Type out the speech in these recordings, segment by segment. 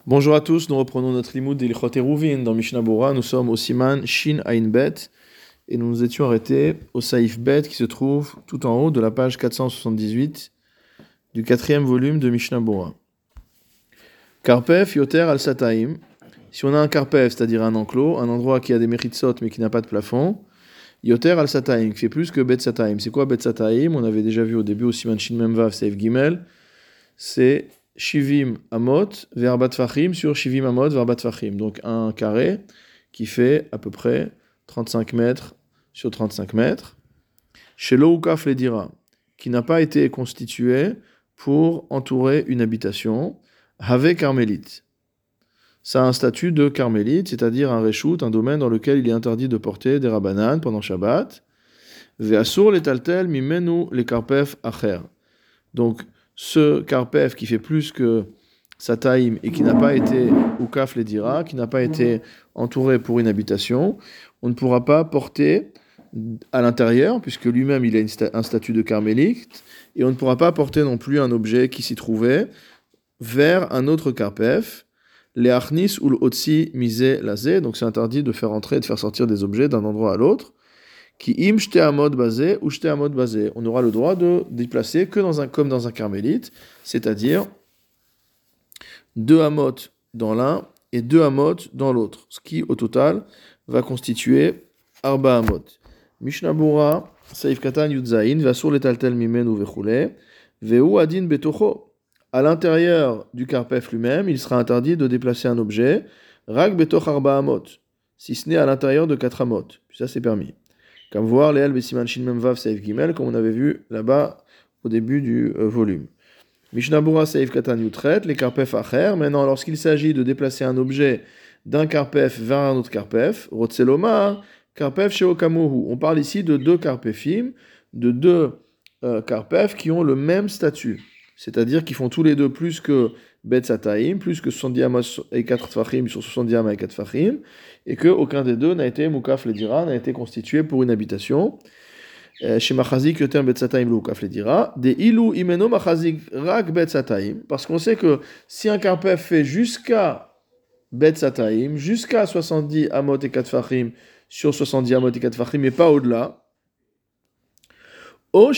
Bonjour à tous, nous reprenons notre limoud d'Ilchot Eruvin dans Mishnah Bora. Nous sommes au Siman Shin Ain Bet et nous nous étions arrêtés au Saïf Bet qui se trouve tout en haut de la page 478 du quatrième volume de Mishnah Bora. Karpef Yoter al Sataim. Si on a un karpef, c'est-à-dire un enclos, un endroit qui a des mechitsot mais qui n'a pas de plafond, Yoter al Sataim, qui fait plus que Bet Sataim. C'est quoi Bet Sataim? On avait déjà vu au début au Siman Shin Memvav Saïf Gimel. C'est Shivim Amot Verbat Fachim sur Shivim Amot Verbat Fachim. Donc un carré qui fait à peu près 35 mètres sur 35 mètres. Chez Loukaf Ledira, qui n'a pas été constitué pour entourer une habitation, Have Carmélite. Ça a un statut de carmélite, c'est-à-dire un reshout, un domaine dans lequel il est interdit de porter des rabanan pendant Shabbat. Ve'asur letaltel mimenu le karpef acher. Donc, ce karpef qui fait plus que sa taïm et qui n'a pas été oukaf ledira, qui n'a pas été entouré pour une habitation, on ne pourra pas porter à l'intérieur, puisque lui-même il a un statut de carmélite, et on ne pourra pas porter non plus un objet qui s'y trouvait vers un autre karpef, les achnis ou l'otsi misé lazé, donc c'est interdit de faire entrer et de faire sortir des objets d'un endroit à l'autre. Qui im shte amod basé ou shte amod basé. On aura le droit de déplacer que comme dans un carmélite, c'est-à-dire 2 amot dans l'un et 2 amot dans l'autre, ce qui au total va constituer arba amot. Mishnah Bora, Saif Katan Yudzaïn, Vasur letaltel mimenu vechule, Veu adin betocho. À l'intérieur du karpef lui-même, il sera interdit de déplacer un objet, Rak betoch arba amot, si ce n'est à l'intérieur de 4 amot. Puis ça c'est permis. Comme voir les Besiman Shin Memvav Saif Gimel, comme on avait vu là-bas au début du volume. Mishnah Bora Saif Katan Yutret, les karpef acher. Maintenant, lorsqu'il s'agit de déplacer un objet d'un karpef vers un autre karpef, Rotzeloma, karpef sheokamohu. On parle ici de 2 karpefim, de 2 karpef qui ont le même statut. C'est-à-dire qu'ils font tous les deux plus que Bet Sataim, plus que 70 amas et 4 tfachim sur 70 amas et 4 tfachim, et qu'aucun des deux n'a été Moukaf Ledira, n'a été constitué pour une habitation. Chez Machazik, Yoter Bet Sataim Moukaf Ledira, des Ilou Imeno Machazik Rak Bet Sataim, parce qu'on sait que si un karpef fait jusqu'à Bet Sataim, jusqu'à 70 amot et 4 tfachim sur 70 amot et 4 tfachim, mais pas au-delà, ou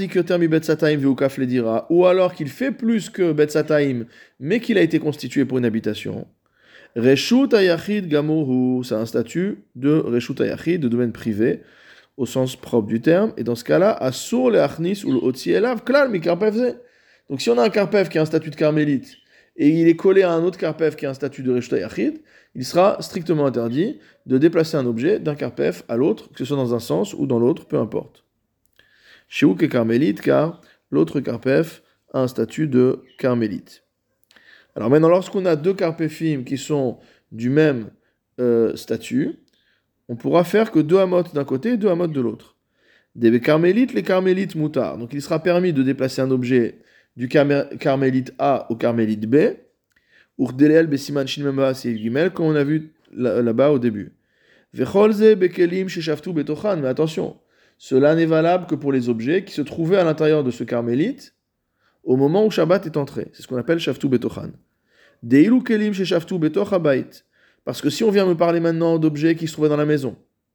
alors qu'il fait plus que Bet Sataim, mais qu'il a été constitué pour une habitation. Reshut Ayachid Gamohu, c'est un statut de Reshut Ayachid, de domaine privé, au sens propre du terme, et dans ce cas-là, Asur le Achnis ou le Otsi Elav, Klal mi Karpef. Donc si on a un karpef qui a un statut de carmélite, et il est collé à un autre karpef qui a un statut de Reshut Ayachid, il sera strictement interdit de déplacer un objet d'un karpef à l'autre, que ce soit dans un sens ou dans l'autre, peu importe. Chez Ouk et carmélite, car l'autre karpef a un statut de carmélite. Alors maintenant, lorsqu'on a 2 karpefim qui sont du même statut, on pourra faire que 2 amot d'un côté et 2 amot de l'autre. Des carmélites, les carmélites moutard. Donc il sera permis de déplacer un objet du carmélite A au carmélite B, Urdelel besiman shin memva seif gimel, comme on a vu là-bas au début. Vecholze bekelim sheshaftu betochan, mais attention, cela n'est valable que pour les objets qui se trouvaient à l'intérieur de ce carmélite au moment où Shabbat est entré. C'est ce qu'on appelle shaftu betochan. Deilu kelim sheshaftu betoch habayit. Parce que si on vient me parler maintenant d'objets qui se trouvaient dans la maison,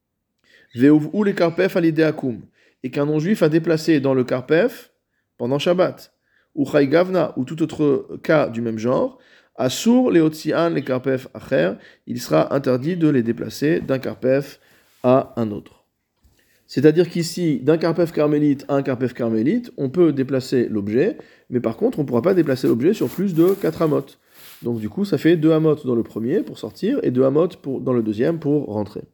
ve'uv'u le karpef alidei akum, et qu'un non-juif a déplacé dans le karpef pendant Shabbat, ou chai gavna, ou tout autre cas du même genre, asur leotzian le karpef acher, il sera interdit de les déplacer d'un karpef à un autre. C'est-à-dire qu'ici, d'un karpef carmélite à un karpef carmélite, on peut déplacer l'objet, mais par contre, on ne pourra pas déplacer l'objet sur plus de 4 amot. Donc du coup, ça fait 2 amot dans le premier pour sortir, et 2 amot dans le deuxième pour rentrer.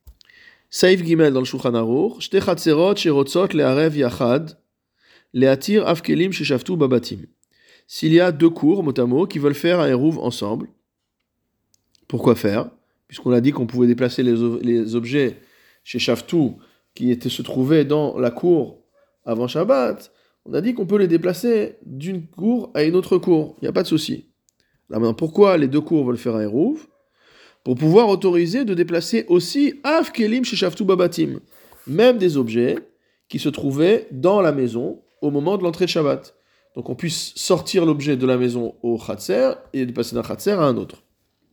Saif Gimel dans le Shulchan Aruch, Shte chatzerot sherotzot le'arev yachad, le'atir afkelim sheshaftu babatim. S'il y a 2 cours, mot à mot, qui veulent faire un eruv ensemble, pourquoi faire? Puisqu'on a dit qu'on pouvait déplacer les objets chez Shaftu qui se trouvaient dans la cour avant Shabbat, on a dit qu'on peut les déplacer d'une cour à une autre cour. Il n'y a pas de souci. Là maintenant, pourquoi les 2 cours veulent faire un eruv? Pour pouvoir autoriser de déplacer aussi Av Kelim chez Shaftu Babatim, même des objets qui se trouvaient dans la maison au moment de l'entrée de Shabbat. Donc on puisse sortir l'objet de la maison au Khatser et de passer d'un Khatser à un autre.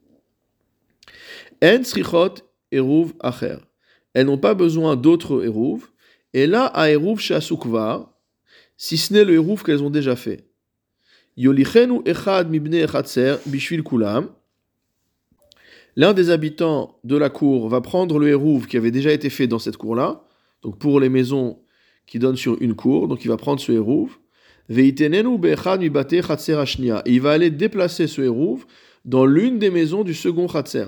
En srichot eruv acher. Elles n'ont pas besoin d'autres eruv. Et là, à eruv shasukvar, si ce n'est le eruv qu'elles ont déjà fait. Yolichenu echad mibne Khatser bishvil kulam. L'un des habitants de la cour va prendre le eruv qui avait déjà été fait dans cette cour-là, donc pour les maisons qui donnent sur une cour, donc il va prendre ce eruv. Veitenenu beechad mibate Khatser ashnia. Et il va aller déplacer ce eruv dans l'une des maisons du second Khatser.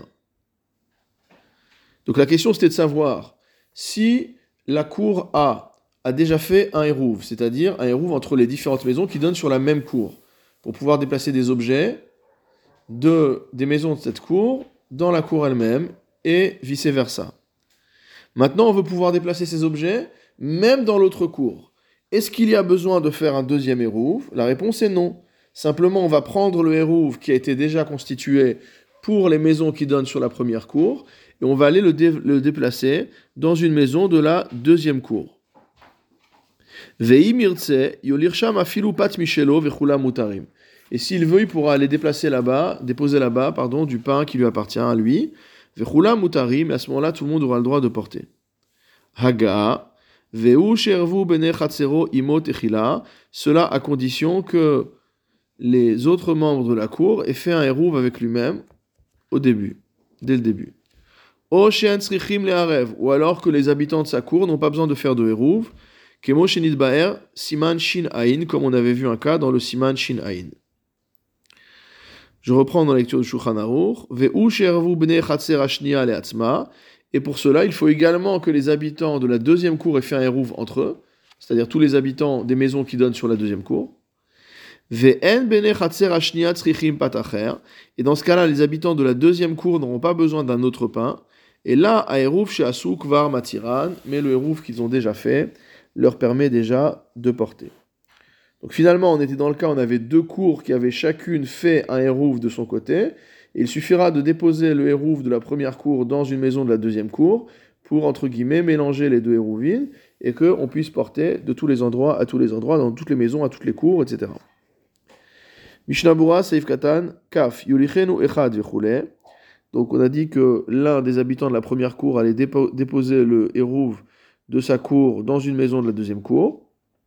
Donc la question c'était de savoir si la cour a déjà fait un eruv, c'est-à-dire un eruv entre les différentes maisons qui donnent sur la même cour, pour pouvoir déplacer des objets des maisons de cette cour dans la cour elle-même et vice-versa. Maintenant on veut pouvoir déplacer ces objets même dans l'autre cour. Est-ce qu'il y a besoin de faire un deuxième eruv ? La réponse est non. Simplement on va prendre le eruv qui a été déjà constitué pour les maisons qui donnent sur la première cour, et on va aller le déplacer dans une maison de la deuxième cour. Et s'il veut, il pourra aller déposer là-bas, du pain qui lui appartient à lui. Et à ce moment-là, tout le monde aura le droit de porter. Haga, cela à condition que les autres membres de la cour aient fait un eruv avec lui-même dès le début. Ou alors que les habitants de sa cour n'ont pas besoin de faire de eruv, kemo shenit ba'er siman shin ayin, comme on avait vu un cas dans le siman shin ayin. Je reprends dans la lecture du Shulchan Aruch. Ve'u she'ervu bnei chatser hashniya le'atzma. Et pour cela, il faut également que les habitants de la deuxième cour aient fait un eruv entre eux, c'est-à-dire tous les habitants des maisons qui donnent sur la deuxième cour. Ve'en bnei chatser hashniya tzrichim patacher. Et dans ce cas-là, les habitants de la deuxième cour n'auront pas besoin d'un autre pain. Et là, à eruv she'asu kvar matiran, mais le eruv qu'ils ont déjà fait leur permet déjà de porter. Donc finalement, on était dans le cas où on avait deux cours qui avaient chacune fait un eruv de son côté. Et il suffira de déposer le eruv de la première cour dans une maison de la deuxième cour pour, entre guillemets, mélanger les deux eruvines et qu'on puisse porter de tous les endroits à tous les endroits, dans toutes les maisons, à toutes les cours, etc. Mishnah Bura, Seif Katan, Kaf, Yulichenu Echad Vechule. Donc on a dit que l'un des habitants de la première cour allait déposer le eruv de sa cour dans une maison de la deuxième cour.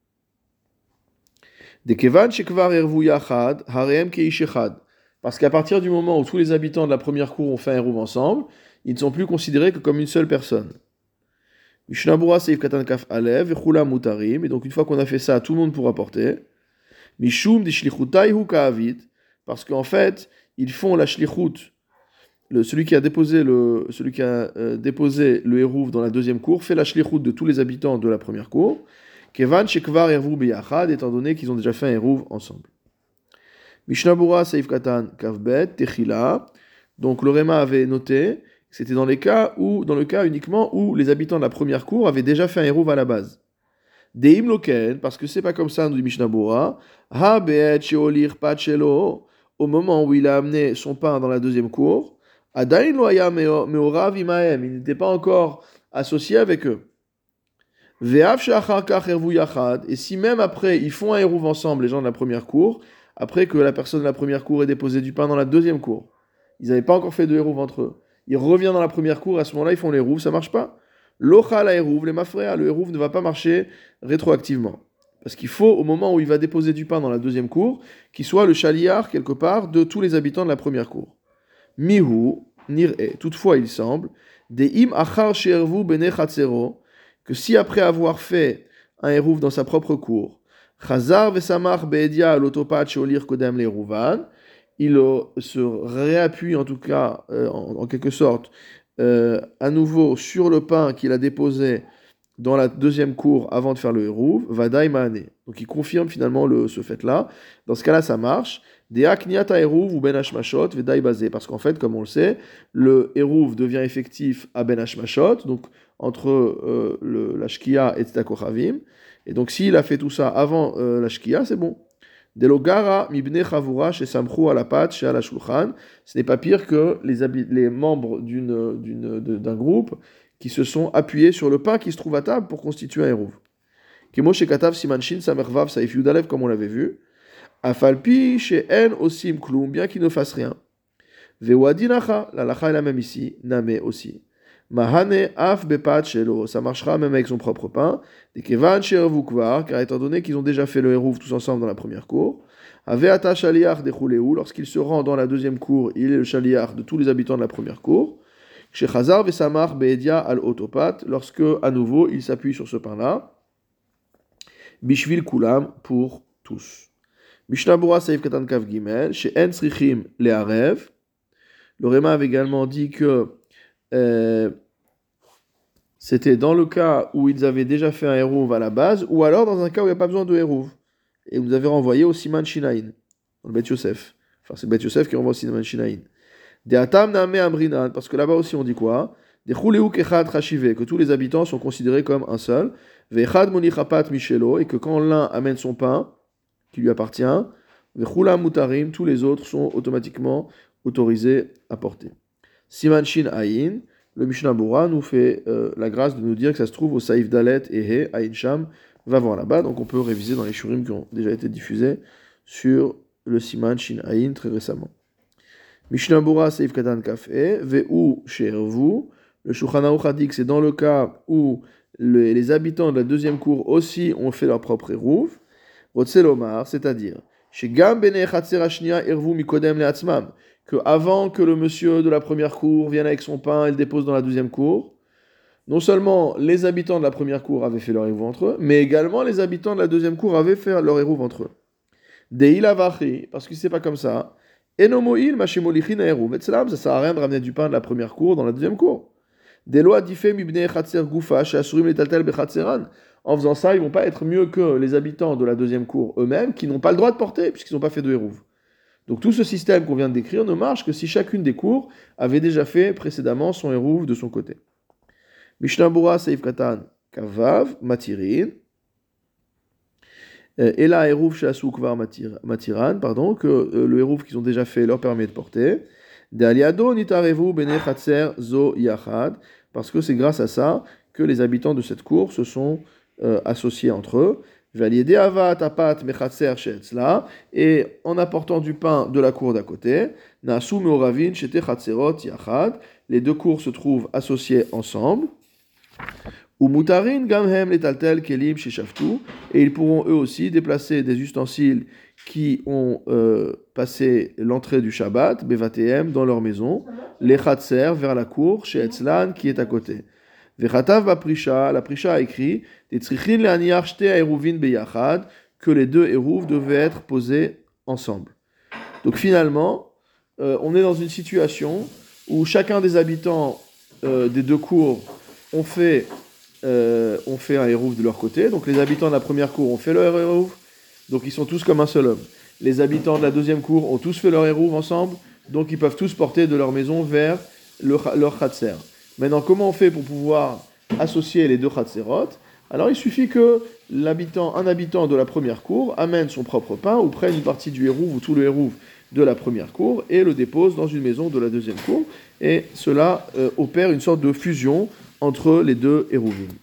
Parce qu'à partir du moment où tous les habitants de la première cour ont fait un eruv ensemble, ils ne sont plus considérés que comme une seule personne. Mishnabura seif katan kaf alev vechula mutarim. Et donc une fois qu'on a fait ça, tout le monde pourra porter. Mishum dishlichutai hu ka'avit. Parce qu'en fait, ils font la shlichut. Celui qui a déposé le eruv dans la deuxième cour fait la shlichut de tous les habitants de la première cour. Kevan shekvar ervu biyachad, étant donné qu'ils ont déjà fait un eruv ensemble. Mishnah Bura Seif Katan Kavbet Techila. Donc le Réma avait noté que c'était dans le cas uniquement où les habitants de la première cour avaient déjà fait un eruv à la base. Deim loken, parce que c'est pas comme ça, nous dit Mishnah Bura. Ha be'et sheolir pat shelo, au moment où il a amené son pain dans la deuxième cour. Adain lo haya meorav imahem, il n'était pas encore associé avec eux. Et si même après, ils font un eruv ensemble, les gens de la première cour, après que la personne de la première cour ait déposé du pain dans la deuxième cour, ils n'avaient pas encore fait de eruv entre eux, ils reviennent dans la première cour, à ce moment-là, ils font l'eruv, ça ne marche pas. L'ocha la eruv, les mafréa, le eruv ne va pas marcher rétroactivement. Parce qu'il faut, au moment où il va déposer du pain dans la deuxième cour, qu'il soit le chaliar, quelque part, de tous les habitants de la première cour. Mihu, nir'e, toutefois, il semble, de im achar she'ervu bene chatzero, que si après avoir fait un eruv dans sa propre cour, Chazar vesamach be'edia l'otopat sheolir kodem le'eruvan, il se réappuie en tout cas, en quelque sorte, à nouveau sur le pain qu'il a déposé dans la deuxième cour avant de faire le eruv, vadaï ma'ane. Donc il confirme finalement ce fait-là. Dans ce cas-là, ça marche. Dea kniata eruv ou ben hashmashot vedaï bazé. Parce qu'en fait, comme on le sait, le eruv devient effectif à ben hashmashot, donc entre la shkia et tzedakochavim. Et donc s'il a fait tout ça avant la shkia, c'est bon. Delogara mibne chavura chez samchou à la pâte chez la shulchan. Ce n'est pas pire que les membres d'un groupe qui se sont appuyés sur le pain qui se trouve à table pour constituer un eruv. Kemo shekatav simanshin samervav saif yudalev, comme on l'avait vu. Afalpi chez en osim kloum, bien qu'ils ne fassent rien. Vewadinacha, la lacha est la même ici, name aussi. Mahane af bepat shelo, ça marchera même avec son propre pain. Des kevan sherevu kvar, car étant donné qu'ils ont déjà fait le hérouv tous ensemble dans la première cour. Aveata shaliach dechuleu, lorsqu'il se rend dans la deuxième cour, il est le shaliach de tous les habitants de la première cour. Chez Chazar vesamar beedia al otopat, lorsque à nouveau il s'appuie sur ce pain-là. Bishvil kulam, pour tous. Mishnah Bura Saif Katan Kav Gimel, chez En Srichim Leharev. Le Réma avait également dit que c'était dans le cas où ils avaient déjà fait un hérouv à la base, ou alors dans un cas où il n'y a pas besoin de hérouv. Et vous avez renvoyé au Siman Shinaïn, dans le Bet Yosef. Enfin, c'est le Bet Yosef qui renvoie au Siman Shinaïn. De Atam Name Amrinan, parce que là-bas aussi on dit quoi? De Chuleu Kechad Chashive, que tous les habitants sont considérés comme un seul. Vechad Monichapat Michelo, et que quand l'un amène son pain, qui lui appartient, Vechula Mutarim, tous les autres sont automatiquement autorisés à porter. Siman Shin Ayin, le Mishnah Bura nous fait la grâce de nous dire que ça se trouve au Saïf Dalet et He, Ayin Sham, va voir là-bas, donc on peut réviser dans les shurim qui ont déjà été diffusés sur le Siman Shin Ayin très récemment. Mishnah Bura Saïf Katan Kaf E, Ve'u She'ervu, le Shulchan Aruch a dit que c'est dans le cas où les habitants de la deuxième cour aussi ont fait leur propre hérouv, Rotselomar, c'est-à-dire, chez Gam Bene Chatzer Ashnia Ervu Mikodem Leatzmam, que avant que le monsieur de la première cour vienne avec son pain et le dépose dans la deuxième cour, non seulement les habitants de la première cour avaient fait leur hérouv entre eux, mais également les habitants de la deuxième cour avaient fait leur hérouv entre eux. Deilavachi, parce que c'est pas comme ça. Enomoil Mashimolichin Hérouv Etzlam, ça sert à rien de ramener du pain de la première cour dans la deuxième cour. Delo Adifem Ibne Chatzer Gufa, Shasurim Letaltel Bechatzeran. En faisant ça, ils vont pas être mieux que les habitants de la deuxième cour eux-mêmes, qui n'ont pas le droit de porter, puisqu'ils n'ont pas fait de hérouv. Donc tout ce système qu'on vient de décrire ne marche que si chacune des cours avait déjà fait précédemment son hérouv de son côté. Mishnah Bura Seif Katan Kavav Matirin. Et là, hérouv Shasu Kvar Matiran, pardon, que le hérouv qu'ils ont déjà fait leur permet de porter. De Aliado Nitarevu Bene Chatzer Zo Yachad, parce que c'est grâce à ça que les habitants de cette cour se sont associés entre eux. Et en apportant du pain de la cour d'à côté, les deux cours se trouvent associés ensemble. Et ils pourront eux aussi déplacer des ustensiles qui ont passé l'entrée du Shabbat, Bevatem, dans leur maison, les Chatzer vers la cour, chez Etzlan, qui est à côté. Vechatav Baprisha, la Prisha a écrit que les deux hérouv devaient être posés ensemble. Donc finalement, on est dans une situation où chacun des habitants des deux cours ont fait un hérouv de leur côté. Donc les habitants de la première cour ont fait leur hérouv, donc ils sont tous comme un seul homme. Les habitants de la deuxième cour ont tous fait leur hérouv ensemble, donc ils peuvent tous porter de leur maison vers leur Chatzer. Maintenant, comment on fait pour pouvoir associer les deux Chatzerot? Alors, il suffit que un habitant de la première cour amène son propre pain ou prenne une partie du hérouv ou tout le hérouv de la première cour et le dépose dans une maison de la deuxième cour. Et cela opère une sorte de fusion entre les deux hérouvim.